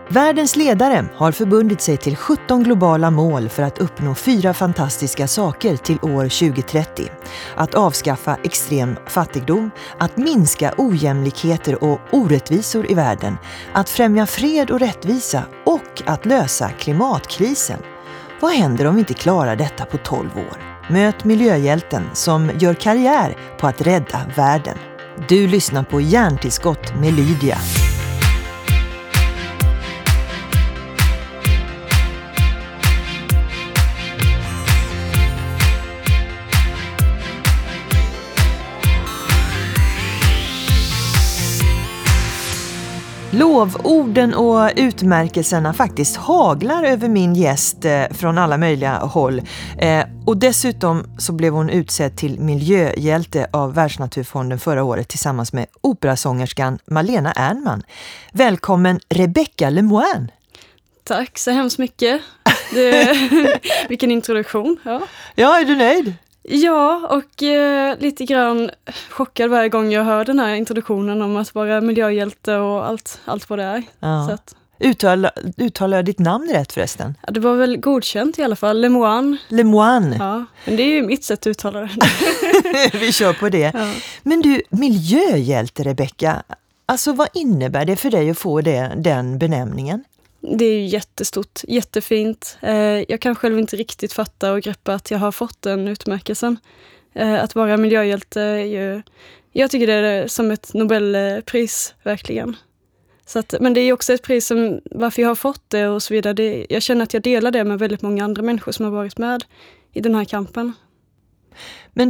Världens ledare har förbundit sig till 17 globala mål för att uppnå 4 fantastiska saker till år 2030. Att avskaffa extrem fattigdom, att minska ojämlikheter och orättvisor i världen, att främja fred och rättvisa och att lösa klimatkrisen. Vad händer om vi inte klarar detta på 12 år? Möt miljöhjälten som gör karriär på att rädda världen. Du lyssnar på Hjärntillskott med Lydia. Lovorden och utmärkelserna faktiskt haglar över min gäst från alla möjliga håll. Och dessutom så blev hon utsedd till miljöhjälte av Världsnaturfonden förra året tillsammans med operasångerskan Malena Ernman. Välkommen Rebecca Lemoine. Tack så hemskt mycket. Vilken introduktion. Ja, är du nöjd? Ja, och lite grann chockad varje gång jag hör den här introduktionen om att vara miljöhjälte och allt vad det är. Ja. Så att, uttalar jag ditt namn rätt förresten? ja, det var väl godkänt i alla fall. Lemoine. Lemoine. Ja, men det är ju mitt sätt att uttala det. Vi kör på det. Ja. Men du, miljöhjälte Rebecca, alltså vad innebär det för dig att få den benämningen? Det är ju jättestort, jättefint. Jag kan själv inte riktigt fatta och greppa att jag har fått den utmärkelsen. Att vara miljöhjälte är ju... Jag tycker det är som ett Nobelpris, verkligen. Så att, men det är också ett pris som varför jag har fått det och så vidare. Jag känner att jag delar det med väldigt många andra människor som har varit med i den här kampen. Men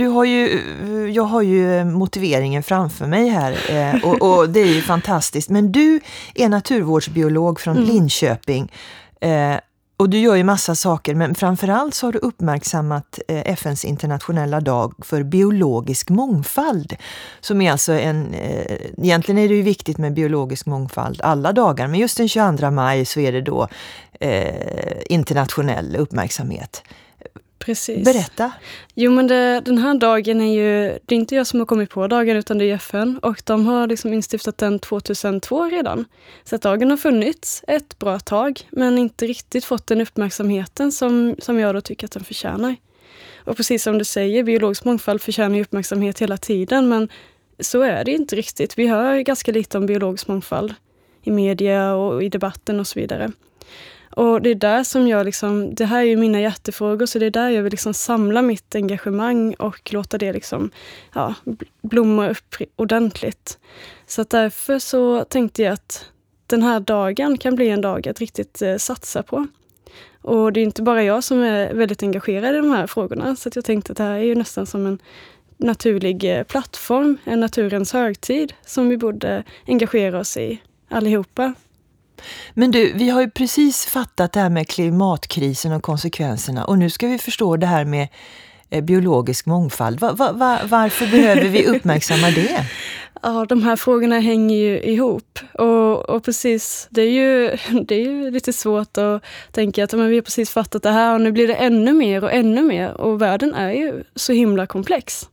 jag har ju motiveringen framför mig här och det är ju fantastiskt. Men du är naturvårdsbiolog från Linköping och du gör ju massa saker, men framförallt så har du uppmärksammat FNs internationella dag för biologisk mångfald. Som är alltså egentligen är det ju viktigt med biologisk mångfald alla dagar, men just den 22 maj så är det då internationell uppmärksamhet. Precis. Berätta. Jo, men den här dagen är ju, det är inte jag som har kommit på dagen utan det är FN och de har liksom instiftat den 2002 redan. Så att dagen har funnits ett bra tag men inte riktigt fått den uppmärksamheten som jag då tycker att den förtjänar. Och precis som du säger, biologisk mångfald förtjänar ju uppmärksamhet hela tiden men så är det inte riktigt. Vi hör ganska lite om biologisk mångfald i media och i debatten och så vidare. Och det är där som jag liksom, det här är ju mina hjärtefrågor så det är där jag vill liksom samla mitt engagemang och låta det liksom, blomma upp ordentligt. Så att därför så tänkte jag att den här dagen kan bli en dag att riktigt satsa på. Och det är inte bara jag som är väldigt engagerad i de här frågorna så att jag tänkte att det här är ju nästan som en naturlig plattform, en naturens högtid som vi borde engagera oss i allihopa. Men du, vi har ju precis fattat det här med klimatkrisen och konsekvenserna och nu ska vi förstå det här med biologisk mångfald. Varför behöver vi uppmärksamma det? Ja, de här frågorna hänger ju ihop och precis, det är ju lite svårt att tänka att men vi har precis fattat det här och nu blir det ännu mer och världen är ju så himla komplex.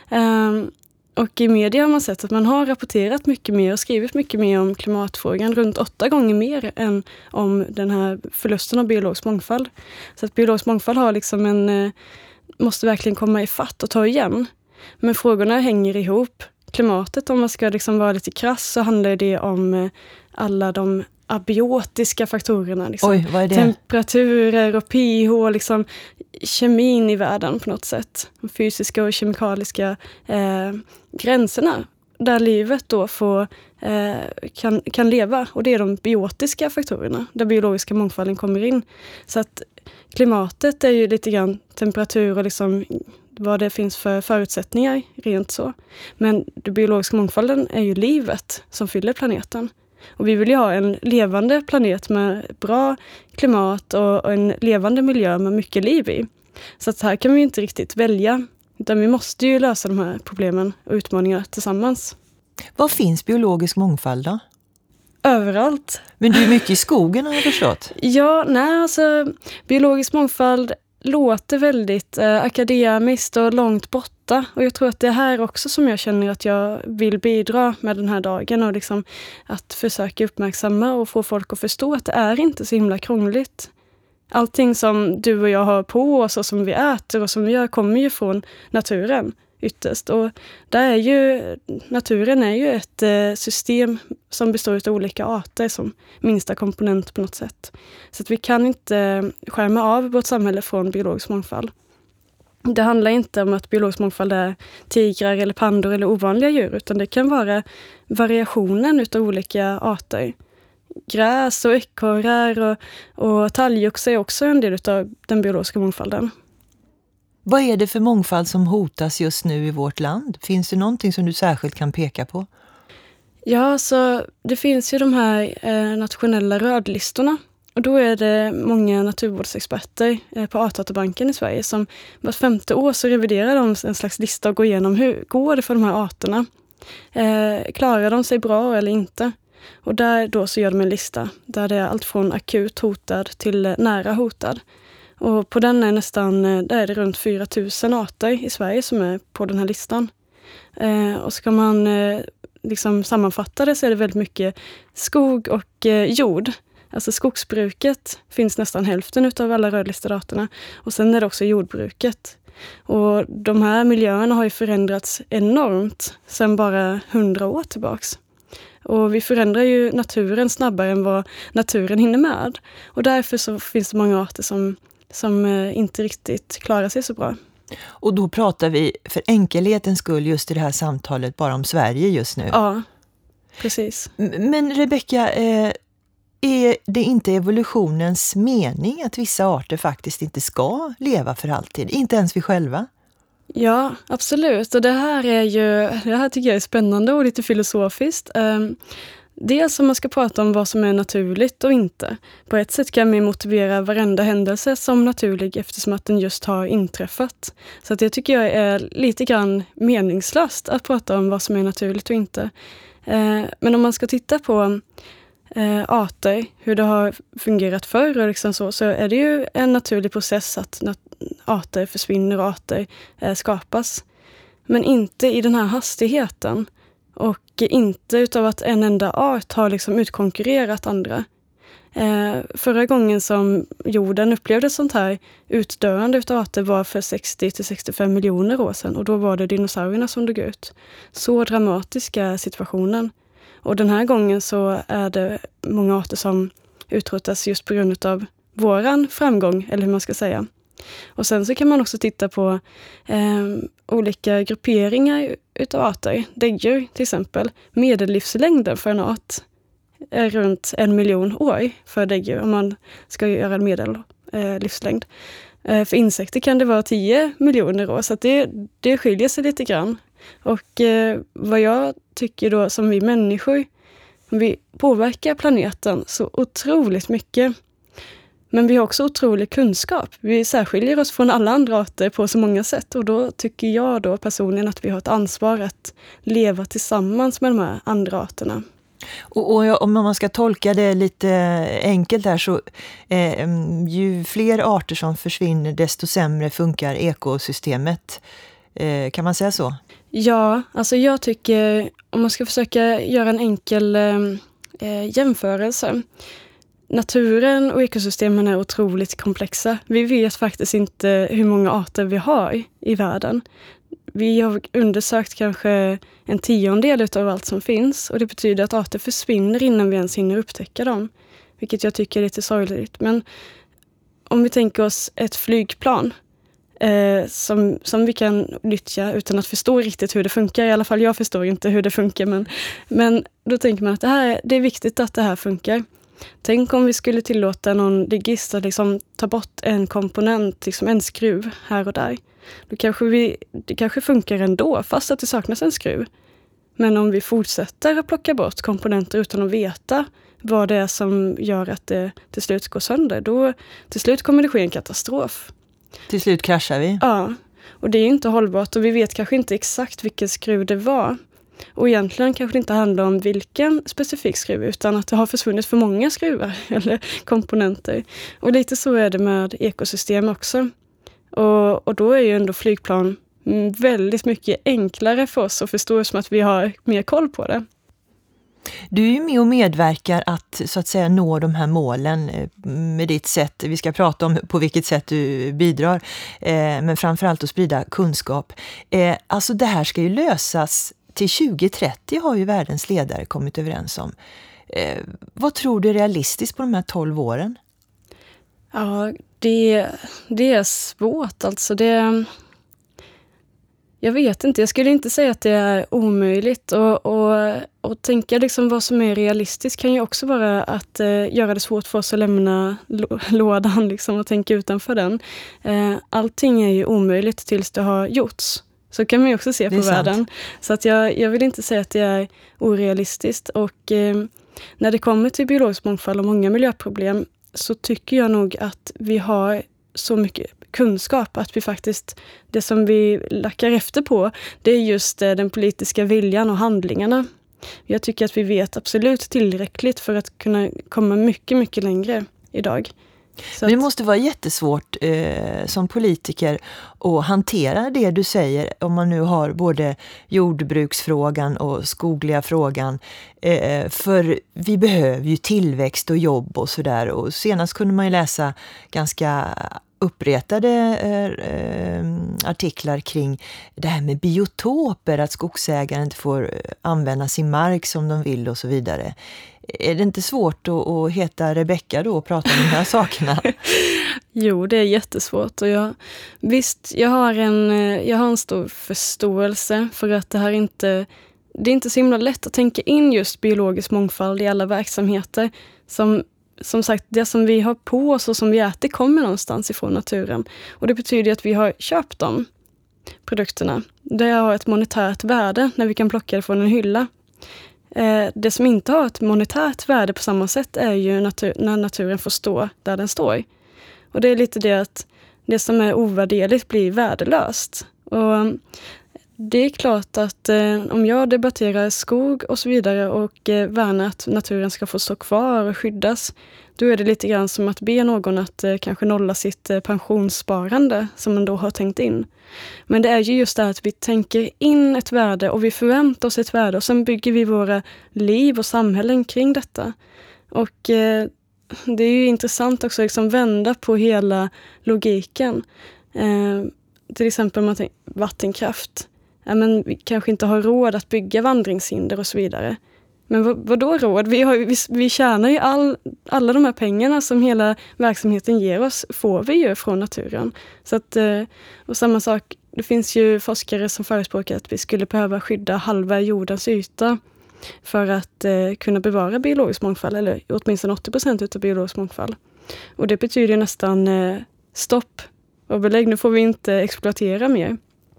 Och i media har man sett att man har rapporterat mycket mer och skrivit mycket mer om klimatfrågan, runt 8 gånger mer än om den här förlusten av biologisk mångfald. Så att biologisk mångfald har liksom måste verkligen komma i fatt och ta igen. Men frågorna hänger ihop. Klimatet, om man ska liksom vara lite krass, så handlar det om alla de abiotiska faktorerna. Liksom. Oj, vad är det? Temperaturer och pH, liksom kemin i världen på något sätt. De fysiska och kemikaliska gränserna där livet då kan leva. Och det är de biotiska faktorerna där biologiska mångfalden kommer in. Så att klimatet är ju lite grann temperatur och liksom vad det finns för förutsättningar rent så. Men den biologiska mångfalden är ju livet som fyller planeten. Och vi vill ju ha en levande planet med bra klimat och en levande miljö med mycket liv i. Så att här kan vi inte riktigt välja. Utan vi måste ju lösa de här problemen och utmaningarna tillsammans. Vad finns biologisk mångfald då? Överallt. Men du är mycket i skogen har jag förstått. Ja, nej alltså biologisk mångfald låter väldigt akademiskt och långt borta. Och jag tror att det är här också som jag känner att jag vill bidra med den här dagen. Och liksom att försöka uppmärksamma och få folk att förstå att det är inte så himla krångligt. Allting som du och jag har på oss och som vi äter och som vi gör kommer ju från naturen ytterst. Och där är ju, naturen är ju ett system som består av olika arter som minsta komponent på något sätt. Så att vi kan inte skärma av vårt samhälle från biologisk mångfald. Det handlar inte om att biologisk mångfald är tigrar eller pandor eller ovanliga djur, utan det kan vara variationen utav olika arter. Gräs och ekorrar och talgoxe är också en del av den biologiska mångfalden. Vad är det för mångfald som hotas just nu i vårt land? Finns det någonting som du särskilt kan peka på? Ja, så det finns ju de här nationella rödlistorna. Och då är det många naturvårdsexperter på Artdatabanken i Sverige som vart 5:e år så reviderar de en slags lista och går igenom hur går det för de här arterna. Klarar de sig bra eller inte? Och där då så gör de en lista där det är allt från akut hotad till nära hotad. Och på den är det runt 4 000 arter i Sverige som är på den här listan. Och ska man liksom sammanfatta det så är det väldigt mycket skog och jord. Alltså skogsbruket finns nästan hälften utav alla rödlistade arterna. Och sen är det också jordbruket. Och de här miljöerna har ju förändrats enormt sedan bara 100 år tillbaks. Och vi förändrar ju naturen snabbare än vad naturen hinner med. Och därför så finns det många arter som inte riktigt klarar sig så bra. Och då pratar vi för enkelhetens skull just i det här samtalet bara om Sverige just nu. Ja, precis. Men Rebecka, är det inte evolutionens mening att vissa arter faktiskt inte ska leva för alltid? Inte ens vi själva? Ja, absolut. Och det här tycker jag är spännande och lite filosofiskt. Dels om man ska prata om vad som är naturligt och inte. På ett sätt kan man motivera varenda händelse som naturlig eftersom att den just har inträffat. Så att det tycker jag är lite grann meningslöst att prata om vad som är naturligt och inte. Men om man ska titta på arter, hur det har fungerat förr och liksom så är det ju en naturlig process att arter försvinner och arter skapas. Men inte i den här hastigheten. Och inte utav att en enda art har liksom utkonkurrerat andra. Förra gången som jorden upplevde sånt här utdöende utav arter var för 60-65 miljoner år sedan. Och då var det dinosaurierna som dog ut. Så dramatiska situationen. Och den här gången så är det många arter som utrotas just på grund av våran framgång, eller hur man ska säga. Och sen så kan man också titta på olika grupperingar utav arter. Däggdjur till exempel. Medellivslängden för en art är runt 1 miljon år för däggdjur om man ska göra en medellivslängd. För insekter kan det vara 10 miljoner år så att det skiljer sig lite grann. Och vad jag tycker då som vi människor, vi påverkar planeten så otroligt mycket. Men vi har också otrolig kunskap. Vi särskiljer oss från alla andra arter på så många sätt. Och då tycker jag då personligen att vi har ett ansvar att leva tillsammans med de här andra arterna. Och om man ska tolka det lite enkelt här så ju fler arter som försvinner desto sämre funkar ekosystemet. Kan man säga så? Ja, alltså jag tycker om man ska försöka göra en enkel jämförelse. Naturen och ekosystemen är otroligt komplexa. Vi vet faktiskt inte hur många arter vi har i världen. Vi har undersökt kanske 1/10 av allt som finns. Och det betyder att arter försvinner innan vi ens hinner upptäcka dem. Vilket jag tycker är lite sorgligt. Men om vi tänker oss ett flygplan som vi kan nyttja utan att förstå riktigt hur det funkar. I alla fall jag förstår inte hur det funkar. Men då tänker man att det är viktigt att det här funkar. Tänk om vi skulle tillåta någon ligist att liksom ta bort en komponent, liksom en skruv här och där. Då det kanske funkar ändå fast att det saknas en skruv. Men om vi fortsätter att plocka bort komponenter utan att veta vad det är som gör att det till slut går sönder, då till slut kommer det ske en katastrof. Till slut kraschar vi. Ja, och det är inte hållbart och vi vet kanske inte exakt vilken skruv det var. Och egentligen kanske det inte handlar om vilken specifik skruv utan att det har försvunnit för många skruvar eller komponenter. Och lite så är det med ekosystem också. Och då är ju ändå flygplan väldigt mycket enklare för oss att förstå, som att vi har mer koll på det. Du är ju med och medverkar att så att säga nå de här målen med ditt sätt. Vi ska prata om på vilket sätt du bidrar, men framförallt att sprida kunskap. Alltså det här ska ju lösas till 2030, har ju världens ledare kommit överens om. Vad tror du är realistiskt på de här 12 åren? Ja, det är svårt. Alltså jag vet inte, jag skulle inte säga att det är omöjligt. Och tänka liksom vad som är realistiskt kan ju också vara att göra det svårt för oss att lämna lådan liksom, och tänka utanför den. Allting är ju omöjligt tills det har gjorts. Så kan man ju också se på världen. Så att jag vill inte säga att det är orealistiskt. Och när det kommer till biologisk mångfald och många miljöproblem, så tycker jag nog att vi har så mycket kunskap att vi faktiskt, det som vi lackar efter på, det är just den politiska viljan och handlingarna. Jag tycker att vi vet absolut tillräckligt för att kunna komma mycket, mycket längre idag. Men det måste vara jättesvårt som politiker att hantera det du säger, om man nu har både jordbruksfrågan och skogliga frågan. För vi behöver ju tillväxt och jobb och sådär. Och senast kunde man ju läsa ganska uppretade artiklar kring det här med biotoper, att skogsägare inte får använda sin mark som de vill och så vidare. Är det inte svårt att heta Rebecka då och prata om de här sakerna? Jo, det är jättesvårt. Och jag har en stor förståelse för att det är inte så himla lätt att tänka in just biologisk mångfald i alla verksamheter. Som sagt, det som vi har på oss och som vi äter kommer någonstans ifrån naturen. Och det betyder att vi har köpt de produkterna. Det har ett monetärt värde när vi kan plocka det från en hylla. Det som inte har ett monetärt värde på samma sätt är ju när naturen får stå där den står. Och det är lite det att det som är ovärderligt blir värdelöst. Och det är klart att om jag debatterar skog och så vidare och värnar att naturen ska få stå kvar och skyddas, då är det lite grann som att be någon att kanske nolla sitt pensionssparande som man då har tänkt in. Men det är ju just det att vi tänker in ett värde och vi förväntar oss ett värde och sen bygger vi våra liv och samhällen kring detta. Och det är ju intressant också liksom vända på hela logiken. Till exempel man tänker vattenkraft. Ja, men vi kanske inte har råd att bygga vandringshinder och så vidare. Men vad då råd? Vi tjänar ju alla de här pengarna som hela verksamheten ger oss, får vi ju från naturen. Så att, och samma sak, det finns ju forskare som förespråkar att vi skulle behöva skydda halva jordens yta för att kunna bevara biologisk mångfald, eller åtminstone 80% av biologisk mångfald. Och det betyder nästan stopp och belägg, nu får vi inte exploatera mer.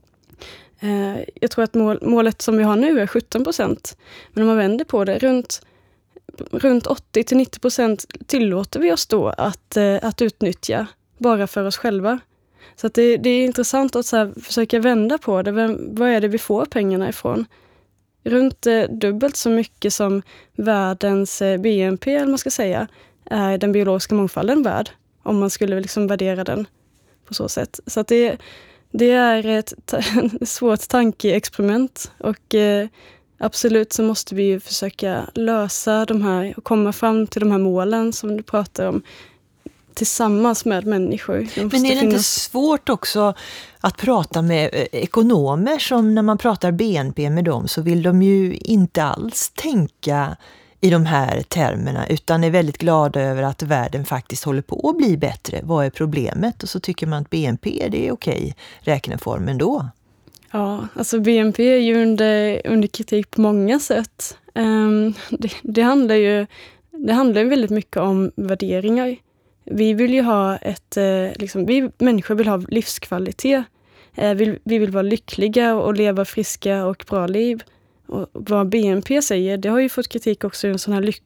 Jag tror att målet som vi har nu är 17%. Men om man vänder på det, runt 80-90% tillåter vi oss då att utnyttja bara för oss själva. Så att det är intressant att så här försöka vända på det. Vad är det vi får pengarna ifrån? Runt dubbelt så mycket som världens BNP, eller man ska säga, är den biologiska mångfalden värd. Om man skulle liksom värdera den på så sätt. Så att det är ett svårt tankeexperiment och absolut så måste vi ju försöka lösa de här och komma fram till de här målen som du pratar om tillsammans med människor. Men är det inte svårt också att prata med ekonomer som när man pratar BNP med dem så vill de ju inte alls tänka i de här termerna utan är väldigt glada över att världen faktiskt håller på att bli bättre. Vad är problemet? Och så tycker man att BNP det är okej räkneformen då. Ja, alltså BNP är ju under kritik på många sätt. Det handlar ju väldigt mycket om värderingar. Vi vill ju ha vi människor vill ha livskvalitet. Vi vill vara lyckliga och leva friska och bra liv. Och vad BNP säger, det har ju fått kritik också i en sån här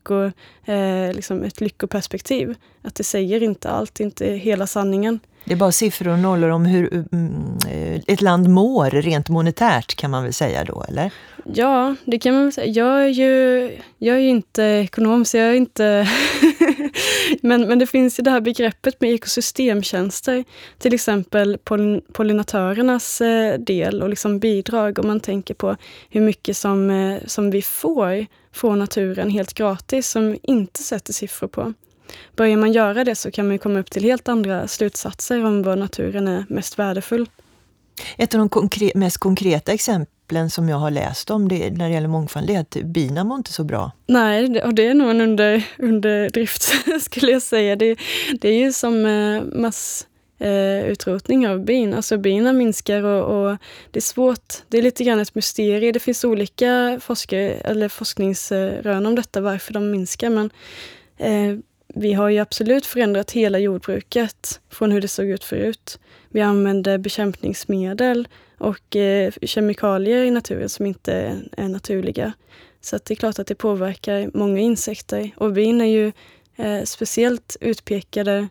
ett lyckoperspektiv. Att det säger inte allt, inte hela sanningen. Det är bara siffror och nollor om hur ett land mår rent monetärt kan man väl säga då, eller? Ja, det kan man väl säga. Jag är ju inte ekonom så jag är inte Men det finns ju det här begreppet med ekosystemtjänster. Till exempel pollinatörernas del och liksom bidrag. Om man tänker på hur mycket som vi får från naturen helt gratis som inte sätter siffror på. Börjar man göra det så kan man komma upp till helt andra slutsatser om vad naturen är mest värdefull. Ett av de mest konkreta exemplen som jag har läst om det när det gäller mångfald är att bina mår inte så bra. Nej, och det är nog en underdrift skulle jag säga. Det är ju som massutrotning av bin. Alltså bina minskar och det är svårt. Det är lite grann ett mysterium. Det finns olika forskningsrön om detta varför de minskar. Men vi har ju absolut förändrat hela jordbruket från hur det såg ut förut. Vi använder bekämpningsmedel och kemikalier i naturen som inte är naturliga. Så att det är klart att det påverkar många insekter. Och bin är ju speciellt utpekade.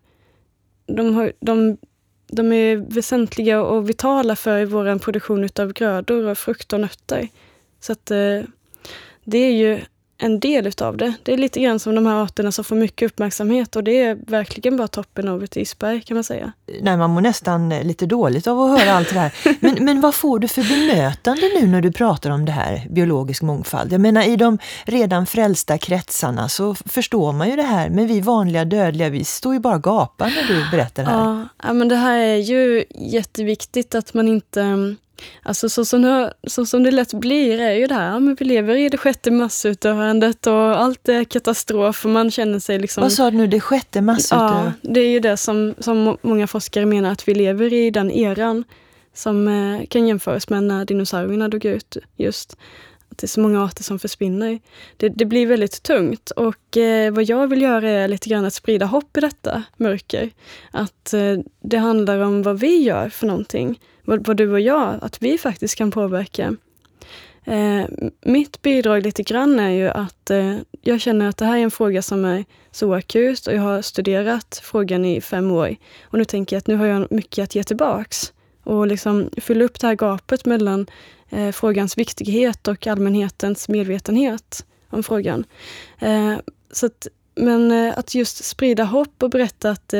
De är väsentliga och vitala för vår produktion av grödor och frukt och nötter. Så att det är ju en del utav det. Det är lite grann som de här arterna som får mycket uppmärksamhet och det är verkligen bara toppen av ett isberg kan man säga. Nej, man mår nästan lite dåligt av att höra allt det här. Men vad får du för bemötande nu när du pratar om det här, biologisk mångfald? Jag menar, i de redan frälsta kretsarna så förstår man ju det här, men vi vanliga dödliga, vi står ju bara gapar när du berättar det här. Ja, men det här är ju jätteviktigt att man inte... Alltså så som det lätt blir är ju det här, men vi lever i det 6:e massutdöendet och allt är katastrof och man känner sig liksom... Vad sa du nu, det 6:e massutdöendet? Ja, det är ju det som många forskare menar att vi lever i den eran som kan jämföras med när dinosaurierna dog ut just. Att det är så många arter som försvinner. Det blir väldigt tungt och vad jag vill göra är lite grann att sprida hopp i detta mörker. Att det handlar om vad vi gör för någonting. Vad du och jag, att vi faktiskt kan påverka. Mitt bidrag lite grann är ju att jag känner att det här är en fråga som är så akut och jag har studerat frågan i 5 år. Och nu tänker jag att nu har jag mycket att ge tillbaks och liksom fylla upp det här gapet mellan frågans viktighet och allmänhetens medvetenhet om frågan. Men att just sprida hopp och berätta att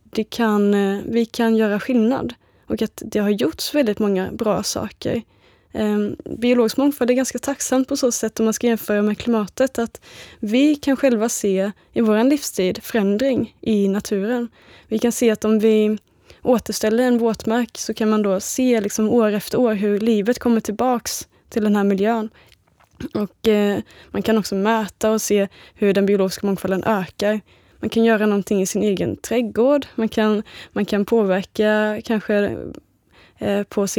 vi kan göra skillnad. Och att det har gjorts väldigt många bra saker. Biologisk mångfald är ganska tacksamt på så sätt om man ska jämföra med klimatet. Att vi kan själva se i vår livstid förändring i naturen. Vi kan se att om vi återställer en våtmark så kan man då se liksom år efter år hur livet kommer tillbaks till den här miljön. Och man kan också mäta och se hur den biologiska mångfalden ökar. Man kan göra någonting i sin egen trädgård. Man kan påverka kanske på i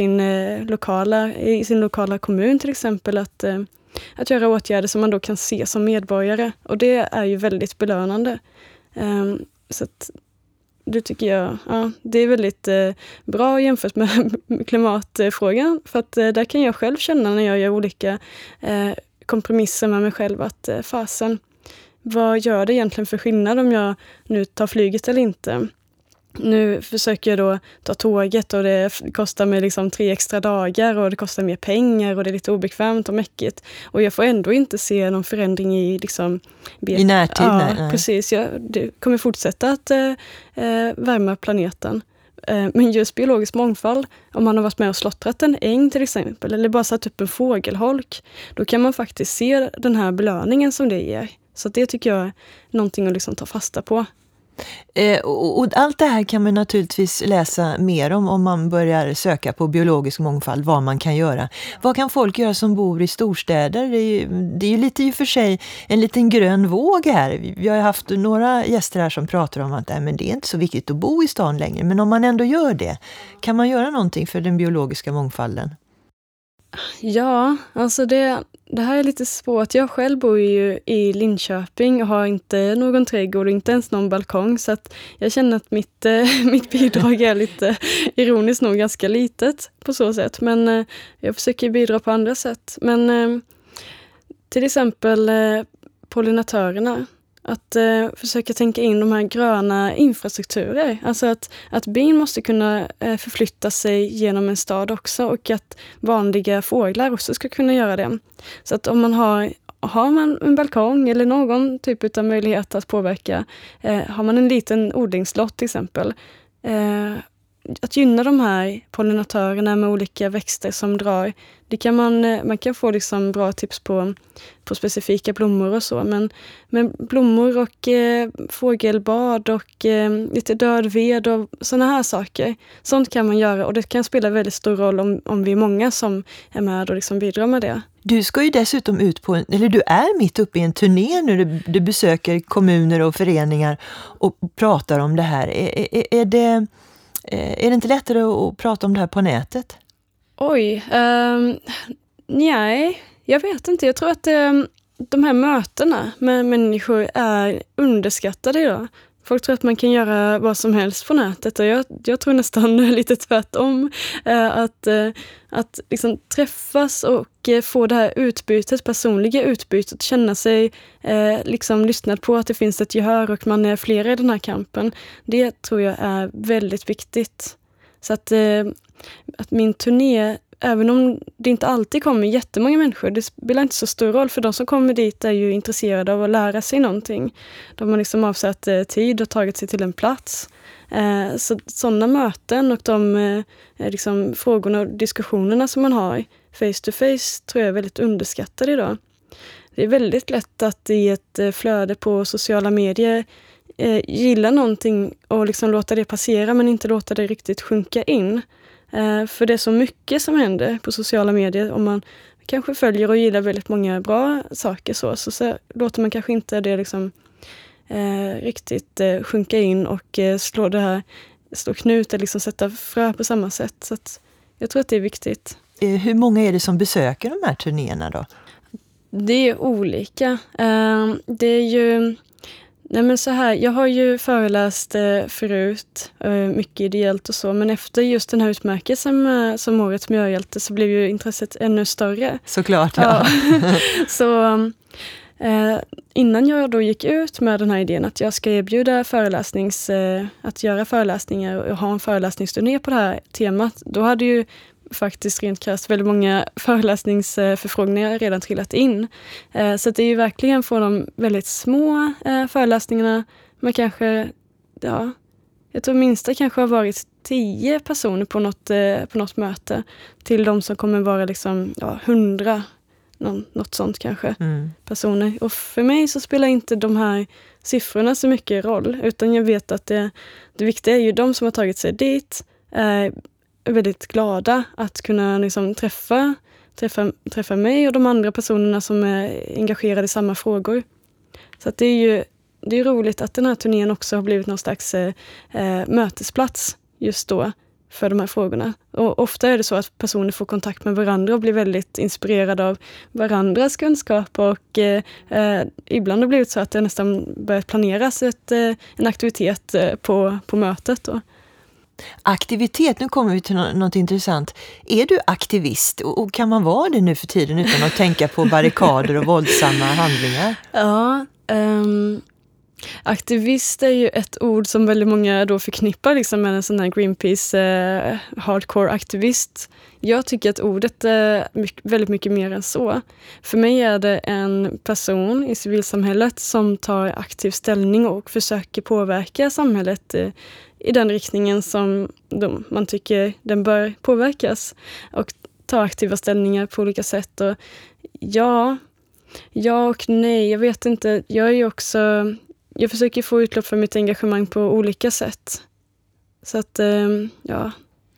sin lokala kommun till exempel att göra åtgärder som man då kan se som medborgare. Och det är ju väldigt belönande. Så att det tycker jag, det är väldigt bra jämfört med klimatfrågan. För att där kan jag själv känna när jag gör olika kompromisser med mig själv att fasen, vad gör det egentligen för skillnad om jag nu tar flyget eller inte? Nu försöker jag då ta tåget och det kostar mig liksom 3 extra dagar och det kostar mer pengar och det är lite obekvämt och mäckigt. Och jag får ändå inte se någon förändring i liksom... I närtid? Ja, nej. Precis. Det kommer fortsätta att värma planeten. Men just biologisk mångfald, om man har varit med och slottrat en äng till exempel eller bara satt upp en fågelholk, då kan man faktiskt se den här belöningen som det ger. Så det tycker jag är någonting att liksom ta fasta på. Och allt det här kan man naturligtvis läsa mer om man börjar söka på biologisk mångfald, vad man kan göra. Vad kan folk göra som bor i storstäder? Det är ju lite i och för sig en liten grön våg här. Vi har ju haft några gäster här som pratar om att men det är inte så viktigt att bo i stan längre. Men om man ändå gör det, kan man göra någonting för den biologiska mångfalden? Ja, alltså det här är lite svårt. Jag själv bor ju i Linköping och har inte någon trädgård och inte ens någon balkong. Så att jag känner att mitt bidrag är lite ironiskt nog ganska litet på så sätt. Men jag försöker bidra på andra sätt. Men till exempel pollinatörerna. Att försöka tänka in de här gröna infrastrukturer. Alltså att bin måste kunna förflytta sig genom en stad också. Och att vanliga fåglar också ska kunna göra det. Så att om man har har man en balkong eller någon typ av möjlighet att påverka, har man en liten odlingslott till exempel, att gynna de här pollinatörerna med olika växter som drar, det kan man kan få liksom bra tips på specifika blommor och så, men blommor och fågelbad och lite död ved och såna här saker, sånt kan man göra, och det kan spela väldigt stor roll om vi är många som är med och liksom bidrar med det. Du ska ju dessutom du är mitt uppe i en turné nu, du besöker kommuner och föreningar och pratar om det här. Är det inte lättare att prata om det här på nätet? Oj, nej, jag vet inte. Jag tror att de här mötena med människor är underskattade idag. Folk tror att man kan göra vad som helst på nätet, och jag tror nästan lite tvärtom. Att liksom träffas och få det här utbytet, personliga utbytet, känna sig liksom lyssnad på, att det finns ett gehör och man är flera i den här kampen. Det tror jag är väldigt viktigt. Så att min turné, även om det inte alltid kommer jättemånga människor, det spelar inte så stor roll, för de som kommer dit är ju intresserade av att lära sig någonting. De har liksom avsatt tid och tagit sig till en plats. Så sådana möten och de liksom frågorna och diskussionerna som man har face to face tror jag är väldigt underskattade idag. Det är väldigt lätt att i ett flöde på sociala medier gilla någonting och liksom låta det passera, men inte låta det riktigt sjunka in. För det är så mycket som händer på sociala medier. Om man kanske följer och gillar väldigt många bra saker så låter man kanske inte det liksom riktigt sjunka in och slå knut eller liksom sätta frö på samma sätt. Så att jag tror att det är viktigt. Hur många är det som besöker de här turnéerna då? Det är olika. Det är ju... Nej, men så här, jag har ju föreläst förut, mycket ideellt och så, men efter just den här utmärkelsen som årets miljöhjälte så blev ju intresset ännu större. Såklart, ja. Så innan jag då gick ut med den här idén att jag ska erbjuda att göra föreläsningar och ha en föreläsningsturné på det här temat, då hade ju faktiskt rent krasst väldigt många föreläsningsförfrågningar redan trillat in. Så det är ju verkligen från de väldigt små föreläsningarna, men kanske, jag tror minsta kanske har varit 10 personer på något möte, till de som kommer vara liksom 100, något sånt kanske, personer. Och för mig så spelar inte de här siffrorna så mycket roll, utan jag vet att det viktiga är ju de som har tagit sig dit, är väldigt glada att kunna liksom träffa mig och de andra personerna som är engagerade i samma frågor. Så att det är roligt att den här turnén också har blivit någon slags mötesplats just då för de här frågorna. Och ofta är det så att personer får kontakt med varandra och blir väldigt inspirerade av varandras kunskap, och ibland har det blivit så att det nästan börjat planeras en aktivitet på mötet då. Aktivitet, nu kommer vi till något intressant. Är du aktivist, och kan man vara det nu för tiden utan att tänka på barrikader och våldsamma handlingar? Ja, aktivist är ju ett ord som väldigt många då förknippar liksom med en sån här Greenpeace hardcore-aktivist. Jag tycker att ordet är väldigt mycket mer än så. För mig är det en person i civilsamhället som tar aktiv ställning och försöker påverka samhället i den riktningen som man tycker den bör påverkas, och ta aktiva ställningar på olika sätt. Och ja och nej, jag vet inte. Jag försöker få utlopp för mitt engagemang på olika sätt. Så att, ja.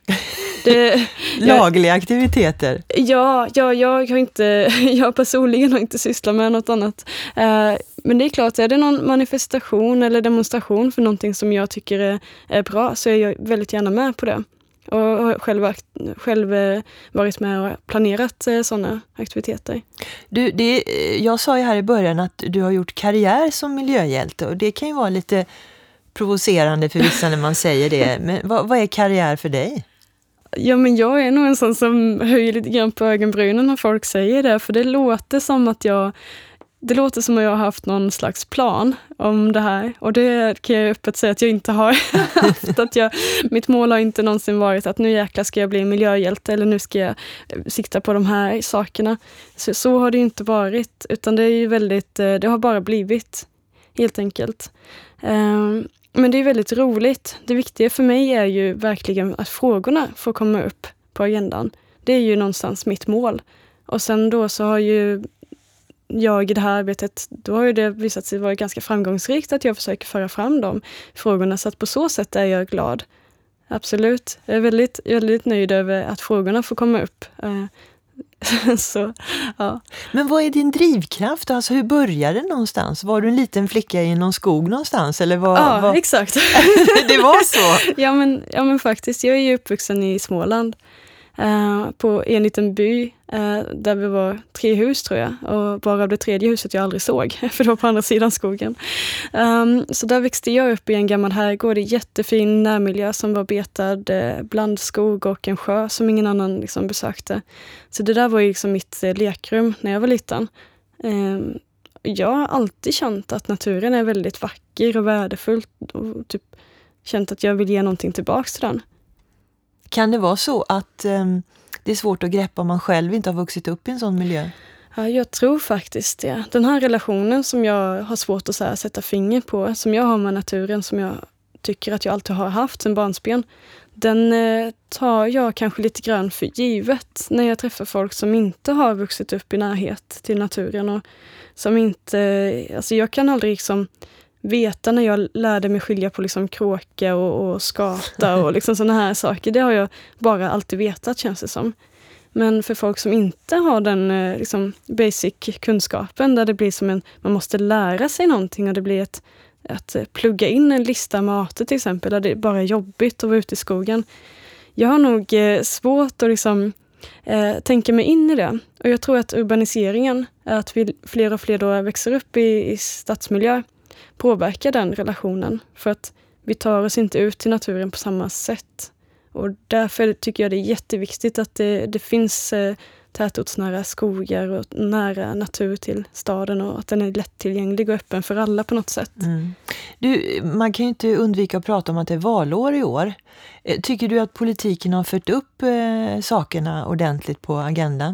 Lagliga aktiviteter? Ja, jag personligen har inte sysslat med något annat. Men det är klart, är det någon manifestation eller demonstration för någonting som jag tycker är bra, så är jag väldigt gärna med på det. Och har själv varit med och planerat sådana aktiviteter. Jag sa ju här i början att du har gjort karriär som miljöhjälte, och det kan ju vara lite provocerande för vissa när man säger det. Men vad är karriär för dig? Ja, men jag är nog en sån som höjer lite grann på ögonbrynen när folk säger det. För det låter som att jag Det låter som att jag har haft någon slags plan om det här. Och det kan jag öppet säga att jag inte har haft. Mitt mål har inte någonsin varit att nu jäkla ska jag bli miljöhjälte eller nu ska jag sikta på de här sakerna. Så har det inte varit. Utan det är ju det har bara blivit helt enkelt. Men det är väldigt roligt. Det viktiga för mig är ju verkligen att frågorna får komma upp på agendan. Det är ju någonstans mitt mål. Och sen då så har ju jag i det här arbetet, då har ju det visat sig vara ganska framgångsrikt att jag försöker föra fram de frågorna. Så att på så sätt är jag glad. Absolut. Jag är väldigt, väldigt nöjd över att frågorna får komma upp. Så, ja. Men vad är din drivkraft? Alltså hur började det någonstans? Var du en liten flicka i någon skog någonstans? Eller Ja, exakt. Det var så? Ja men faktiskt. Jag är ju uppvuxen i Småland. På en liten by där vi var 3 hus tror jag. Och bara av det 3:e huset jag aldrig såg. För det var på andra sidan skogen. Så där växte jag upp i en gammal herrgård i jättefin närmiljö som var betad blandskog och en sjö som ingen annan liksom besökte. Så det där var ju liksom mitt lekrum när jag var liten. Jag har alltid känt att naturen är väldigt vacker och värdefull. Och typ känt att jag vill ge någonting tillbaka till den. Kan det vara så att det är svårt att greppa om man själv inte har vuxit upp i en sån miljö? Ja, jag tror faktiskt det. Den här relationen som jag har svårt att sätta finger på, som jag har med naturen, som jag tycker att jag alltid har haft sedan barnsben, den tar jag kanske lite grann för givet när jag träffar folk som inte har vuxit upp i närhet till naturen och som inte, alltså jag kan aldrig liksom veta när jag lärde mig skilja på liksom kråka och skata och liksom såna här saker. Det har jag bara alltid vetat, känns det som. Men för folk som inte har den liksom basic kunskapen, där det blir som man måste lära sig någonting och det blir att plugga in en lista med arter till exempel, där det bara är jobbigt att vara ute i skogen. Jag har nog svårt att liksom tänka mig in i det. Och jag tror att urbaniseringen, att fler och fler då växer upp i stadsmiljö, påverkar den relationen. För att vi tar oss inte ut till naturen på samma sätt. Och därför tycker jag det är jätteviktigt att det finns tätortsnära skogar och nära natur till staden och att den är lättillgänglig och öppen för alla på något sätt. Mm. Man kan ju inte undvika att prata om att det är valår i år. Tycker du att politiken har fört upp sakerna ordentligt på agendan?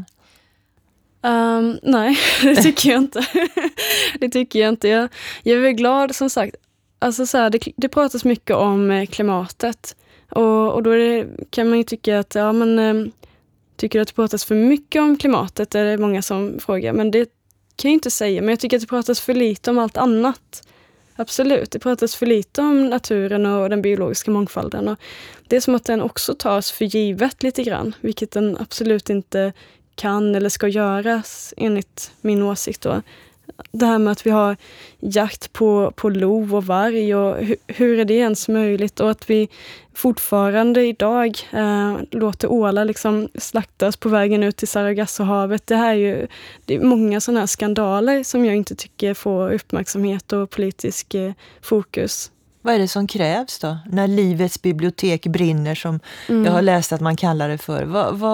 Nej, det tycker jag inte. Det tycker jag inte. Jag är väl glad, som sagt. Alltså så här, det pratas mycket om klimatet. Och då kan man ju tycka att tycker du att det pratas för mycket om klimatet? Det är många som frågar. Men det kan jag inte säga. Men jag tycker att det pratas för lite om allt annat. Absolut, det pratas för lite om naturen och den biologiska mångfalden. Och det är som att den också tas för givet lite grann. Vilket den absolut inte kan eller ska göras enligt min åsikt då. Det här med att vi har jakt på lov och varg och hur är det ens möjligt, och att vi fortfarande idag låter ålar liksom slaktas på vägen ut till Sargassohavet. Det är många sådana här skandaler som jag inte tycker får uppmärksamhet och politisk fokus. Vad är det som krävs då? När livets bibliotek brinner, som jag har läst att man kallar det för.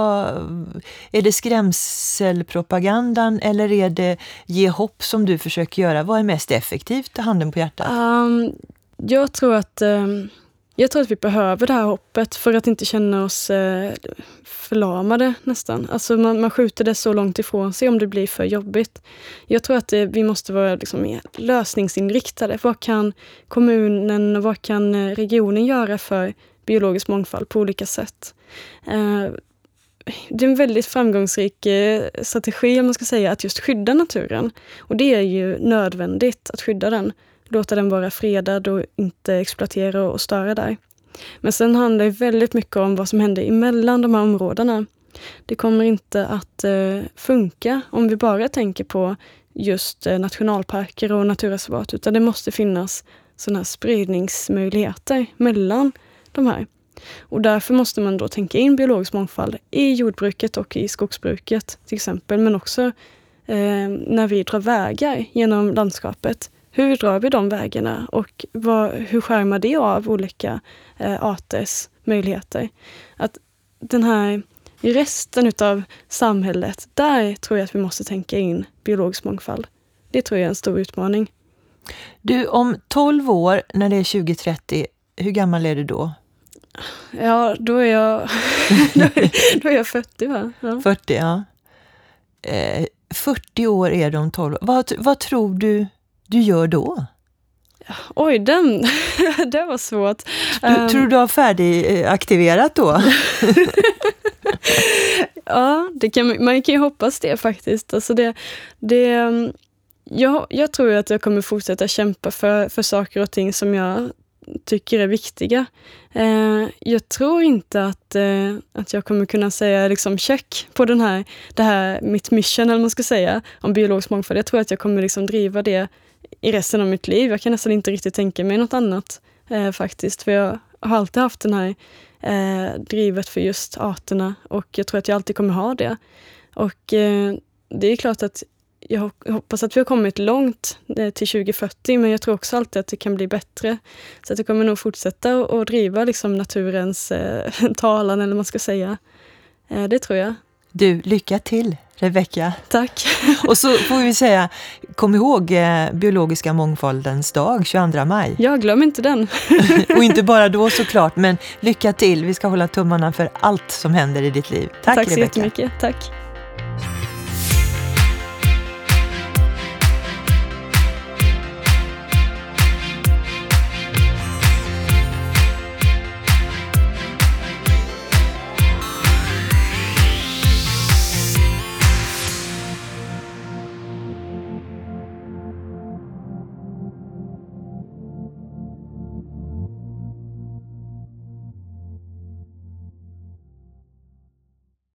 Är det skrämselpropagandan eller är det ge hopp som du försöker göra? Vad är mest effektivt, handen på hjärtat? Jag tror att vi behöver det här hoppet för att inte känna oss förlamade nästan. Alltså man skjuter det så långt ifrån sig om det blir för jobbigt. Jag tror att vi måste vara liksom mer lösningsinriktade. Vad kan kommunen och vad kan regionen göra för biologisk mångfald på olika sätt? Det är en väldigt framgångsrik strategi, om man ska säga, att just skydda naturen. Och det är ju nödvändigt att skydda den. Låta den vara fredad och inte exploatera och störa där. Men sen handlar det väldigt mycket om vad som händer emellan de här områdena. Det kommer inte att funka om vi bara tänker på just nationalparker och naturreservat, utan det måste finnas sådana här spridningsmöjligheter mellan de här. Och därför måste man då tänka in biologisk mångfald i jordbruket och i skogsbruket till exempel, men också när vi drar vägar genom landskapet. Hur drar vi de vägarna och hur skärmar det av olika arters möjligheter? Att den här resten av samhället, där tror jag att vi måste tänka in biologisk mångfald. det tror jag är en stor utmaning. Du, om 12 år, när det är 2030, hur gammal är du då? Ja, då är jag, då är jag 40, va? Ja. 40, ja. 40 år är du om 12 år. Vad tror du gör då? Oj, det var svårt. Tror du har färdigaktiverat då? Ja, man kan ju hoppas det faktiskt. Alltså jag tror att jag kommer fortsätta kämpa för saker och ting som jag tycker är viktiga. Jag tror inte att jag kommer kunna säga liksom check på det här mitt mission, eller man ska säga, om biologisk mångfald. Jag tror att jag kommer liksom driva det i resten av mitt liv. Jag kan nästan inte riktigt tänka mig något annat faktiskt. För jag har alltid haft den här drivet för just arterna, och jag tror att jag alltid kommer ha det. Och det är klart att jag hoppas att vi har kommit långt till 2040, men jag tror också alltid att det kan bli bättre. Så att jag kommer nog fortsätta att driva liksom naturens talan, eller man ska säga. Det tror jag. Du, lycka till, Rebecka. Tack. Och så får vi säga, kom ihåg biologiska mångfaldens dag, 22 maj. Jag glömmer inte den. Och inte bara då såklart, men lycka till. Vi ska hålla tummarna för allt som händer i ditt liv. Tack, Tack så Rebecka. jättemycket. Tack.